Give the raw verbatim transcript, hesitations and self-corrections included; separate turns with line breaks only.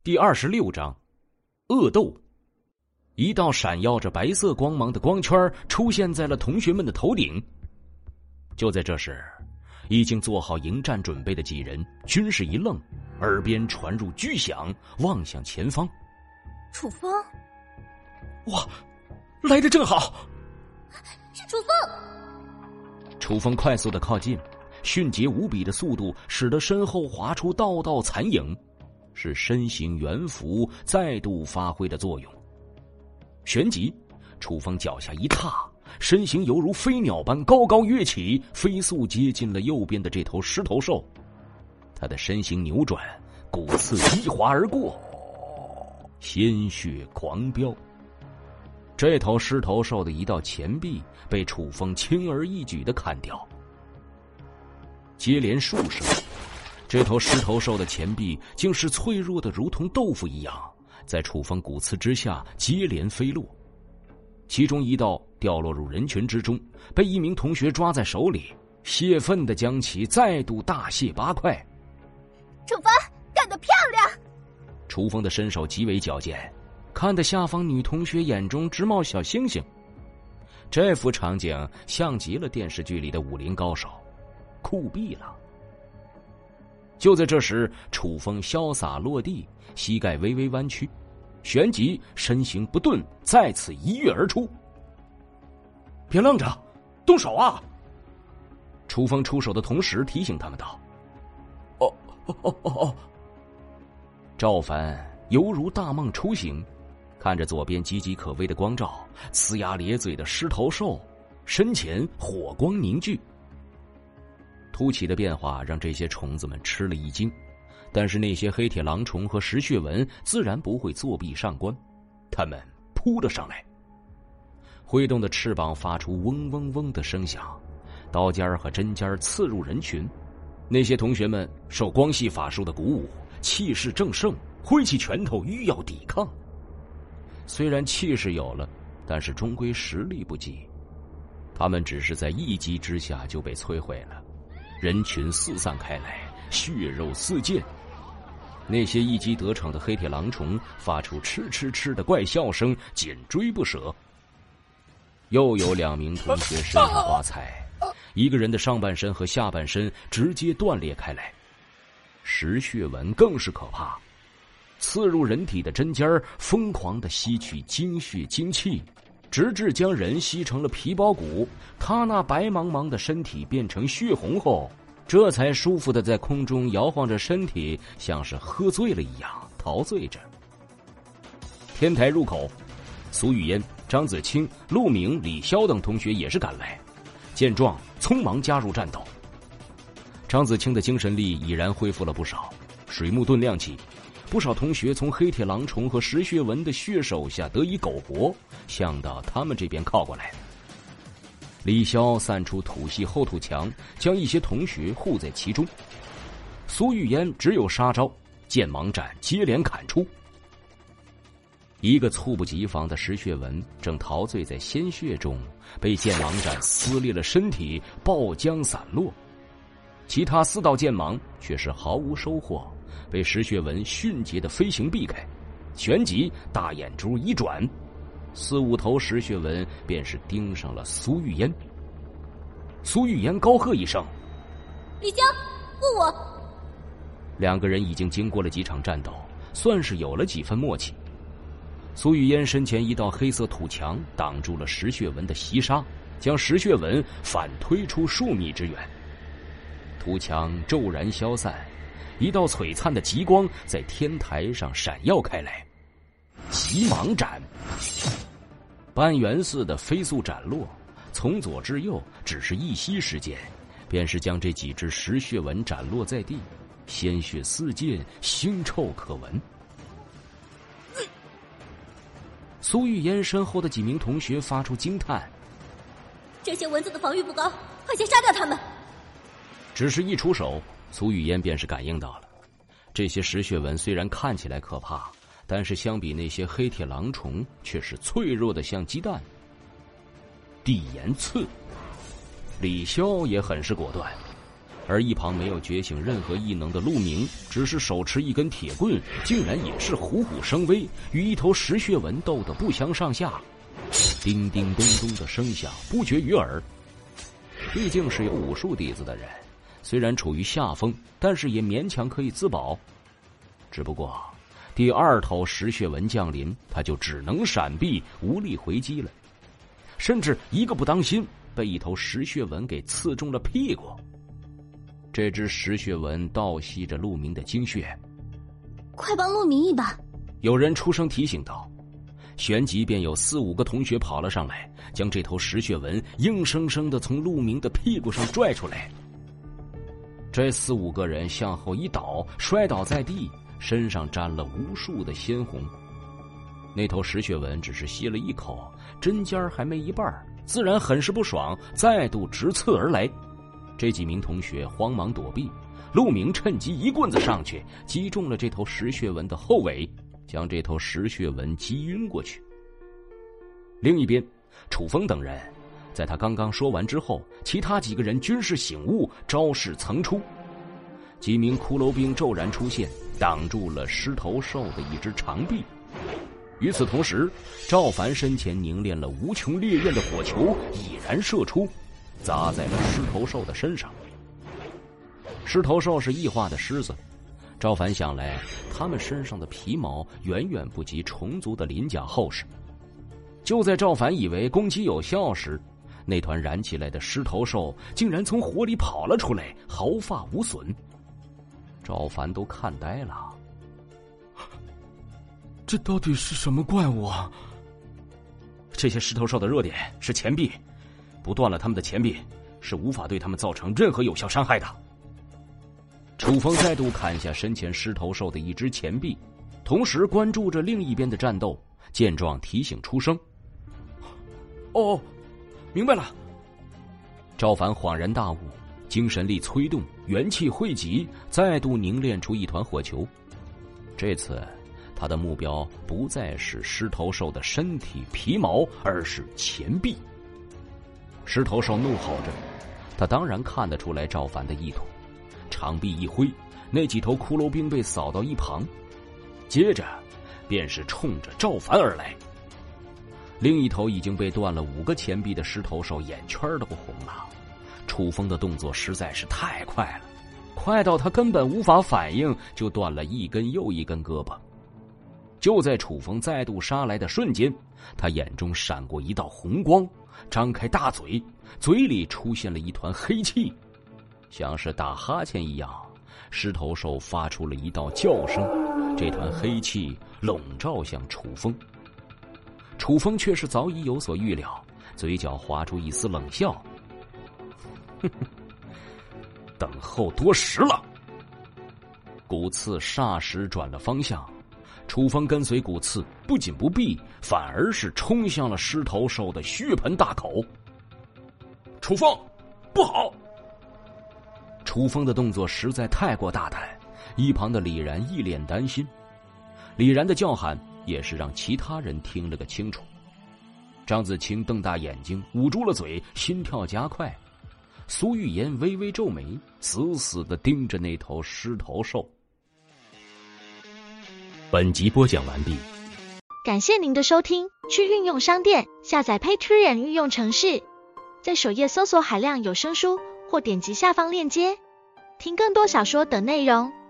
第二十六章，恶斗。一道闪耀着白色光芒的光圈出现在了同学们的头顶。就在这时，已经做好迎战准备的几人均是一愣，耳边传入巨响，望向前方。
楚风，
哇，来得正好！
是楚风！
楚风快速的靠近，迅捷无比的速度使得身后划出道道残影，是身形猿伏再度发挥的作用。旋即，楚风脚下一踏，身形犹如飞鸟般高高跃起，飞速接近了右边的这头狮头兽。他的身形扭转，骨刺一划而过，鲜血狂飙。这头狮头兽的一道前臂被楚风轻而易举地砍掉。接连数声，这头狮头兽的前臂竟是脆弱的如同豆腐一样，在楚风骨刺之下接连飞落，其中一道掉落入人群之中，被一名同学抓在手里，泄愤地将其再度大卸八块。
楚风干得漂亮！
楚风的身手极为矫健，看得下方女同学眼中直冒小星星。这幅场景像极了电视剧里的武林高手，酷毙了。就在这时，楚风潇洒落地，膝盖微微弯曲，旋即身形不顿，再次一跃而出。别愣着，动手啊！楚风出手的同时提醒他们道：哦哦哦哦哦！赵凡犹如大梦初醒，看着左边岌岌可危的光照，呲牙咧嘴的狮头兽，身前火光凝聚。突起的变化让这些虫子们吃了一惊，但是那些黑铁狼虫和石血蚊自然不会作壁上观，它们扑了上来，挥动的翅膀发出嗡嗡嗡的声响，刀尖和针尖刺入人群。那些同学们受光系法术的鼓舞，气势正盛，挥起拳头欲要抵抗。虽然气势有了，但是终归实力不济，他们只是在一击之下就被摧毁了。人群四散开来，血肉四溅。那些一击得逞的黑铁狼虫发出嗤嗤嗤的怪笑声，紧追不舍。又有两名同学身上花菜，一个人的上半身和下半身直接断裂开来。石血纹更是可怕，刺入人体的针尖疯狂地吸取精血精气，直至将人吸成了皮包骨，他那白茫茫的身体变成血红后，这才舒服地在空中摇晃着身体，像是喝醉了一样陶醉着。天台入口，苏雨嫣、张子清、陆明、李潇等同学也是赶来，见状匆忙加入战斗。张子清的精神力已然恢复了不少，水幕盾亮起，不少同学从黑铁狼虫和石血纹的血手下得以苟活，向到他们这边靠过来。李潇散出土系后土墙，将一些同学护在其中。苏玉嫣只有杀招剑芒斩接连砍出。一个猝不及防的石血纹正陶醉在鲜血中，被剑芒斩撕裂了身体，爆浆散落。其他四道剑芒却是毫无收获，被石血纹迅捷的飞行避开，旋即大眼珠一转，四五头石血纹便是盯上了苏玉嫣。苏玉嫣高喝一声：
李江，护我！
两个人已经经过了几场战斗，算是有了几分默契。苏玉嫣身前一道黑色土墙挡住了石血纹的袭杀，将石血纹反推出数米之远。土墙骤然消散，一道璀璨的极光在天台上闪耀开来。极芒斩，半圆似的飞速斩落，从左至右只是一息时间，便是将这几只石血纹斩落在地，鲜血四溅，腥臭可闻。苏玉嫣身后的几名同学发出惊叹：
这些蚊子的防御不高，快些杀掉它们！
只是一出手，苏玉嫣便是感应到了，这些石血纹虽然看起来可怕，但是相比那些黑铁狼虫却是脆弱的像鸡蛋。地炎刺，李潇也很是果断， 而一旁没有觉醒任何异能的陆明，只是手持一根铁棍，竟然也是虎虎生威，与一头石血纹斗得不相上下。叮叮咚咚的声响不绝于耳。毕竟是有武术底子的人，虽然处于下风，但是也勉强可以自保。只不过第二头石血纹降临，他就只能闪避，无力回击了，甚至一个不当心被一头石血纹给刺中了屁股。这只石血纹倒吸着陆明的精血，
快帮陆明一把！
有人出声提醒道。旋即便有四五个同学跑了上来，将这头石血纹硬生生地从陆明的屁股上拽出来。这四五个人向后一倒，摔倒在地，身上沾了无数的鲜红。那头石血纹只是吸了一口，针尖还没一半，自然很是不爽，再度直刺而来。这几名同学慌忙躲避，陆明趁机一棍子上去，击中了这头石血纹的后尾，将这头石血纹击晕过去。另一边，楚风等人在他刚刚说完之后，其他几个人均是醒悟，招式层出。几名骷髅兵骤然出现，挡住了狮头兽的一只长臂。与此同时，赵凡身前凝练了无穷烈焰的火球已然射出，砸在了狮头兽的身上。狮头兽是异化的狮子，赵凡想来，他们身上的皮毛远远不及虫族的鳞甲厚实。就在赵凡以为攻击有效时，那团燃起来的狮头兽竟然从火里跑了出来，毫发无损。赵凡都看呆了，这到底是什么怪物啊？这些狮头兽的弱点是前臂，不断了他们的前臂，是无法对他们造成任何有效伤害的。楚风再度砍下身前狮头兽的一只前臂，同时关注着另一边的战斗，见状提醒出声。哦，明白了。赵凡恍然大悟，精神力催动，元气汇集，再度凝练出一团火球。这次他的目标不再是狮头兽的身体皮毛，而是前臂。狮头兽怒吼着，他当然看得出来赵凡的意图，长臂一挥，那几头骷髅兵被扫到一旁，接着便是冲着赵凡而来。另一头已经被断了五个前臂的狮头兽眼圈都红了。楚风的动作实在是太快了，快到他根本无法反应，就断了一根又一根胳膊。就在楚风再度杀来的瞬间，他眼中闪过一道红光，张开大嘴，嘴里出现了一团黑气，像是打哈欠一样，狮头兽发出了一道叫声，这团黑气笼罩向楚风。楚风却是早已有所预料，嘴角划出一丝冷笑，哼哼，等候多时了。骨刺霎时转了方向，楚风跟随骨刺，不仅不避，反而是冲向了狮头兽的血盆大口。楚风，不好！楚风的动作实在太过大胆，一旁的李然一脸担心。李然的叫喊也是让其他人听了个清楚。张子清瞪大眼睛，捂住了嘴，心跳加快。苏玉妍微微皱眉，死死地盯着那头狮头兽。本集播讲完毕，
感谢您的收听。去运用商店下载 Patreon 运用程式，在首页搜索海量有声书，或点击下方链接听更多小说等内容。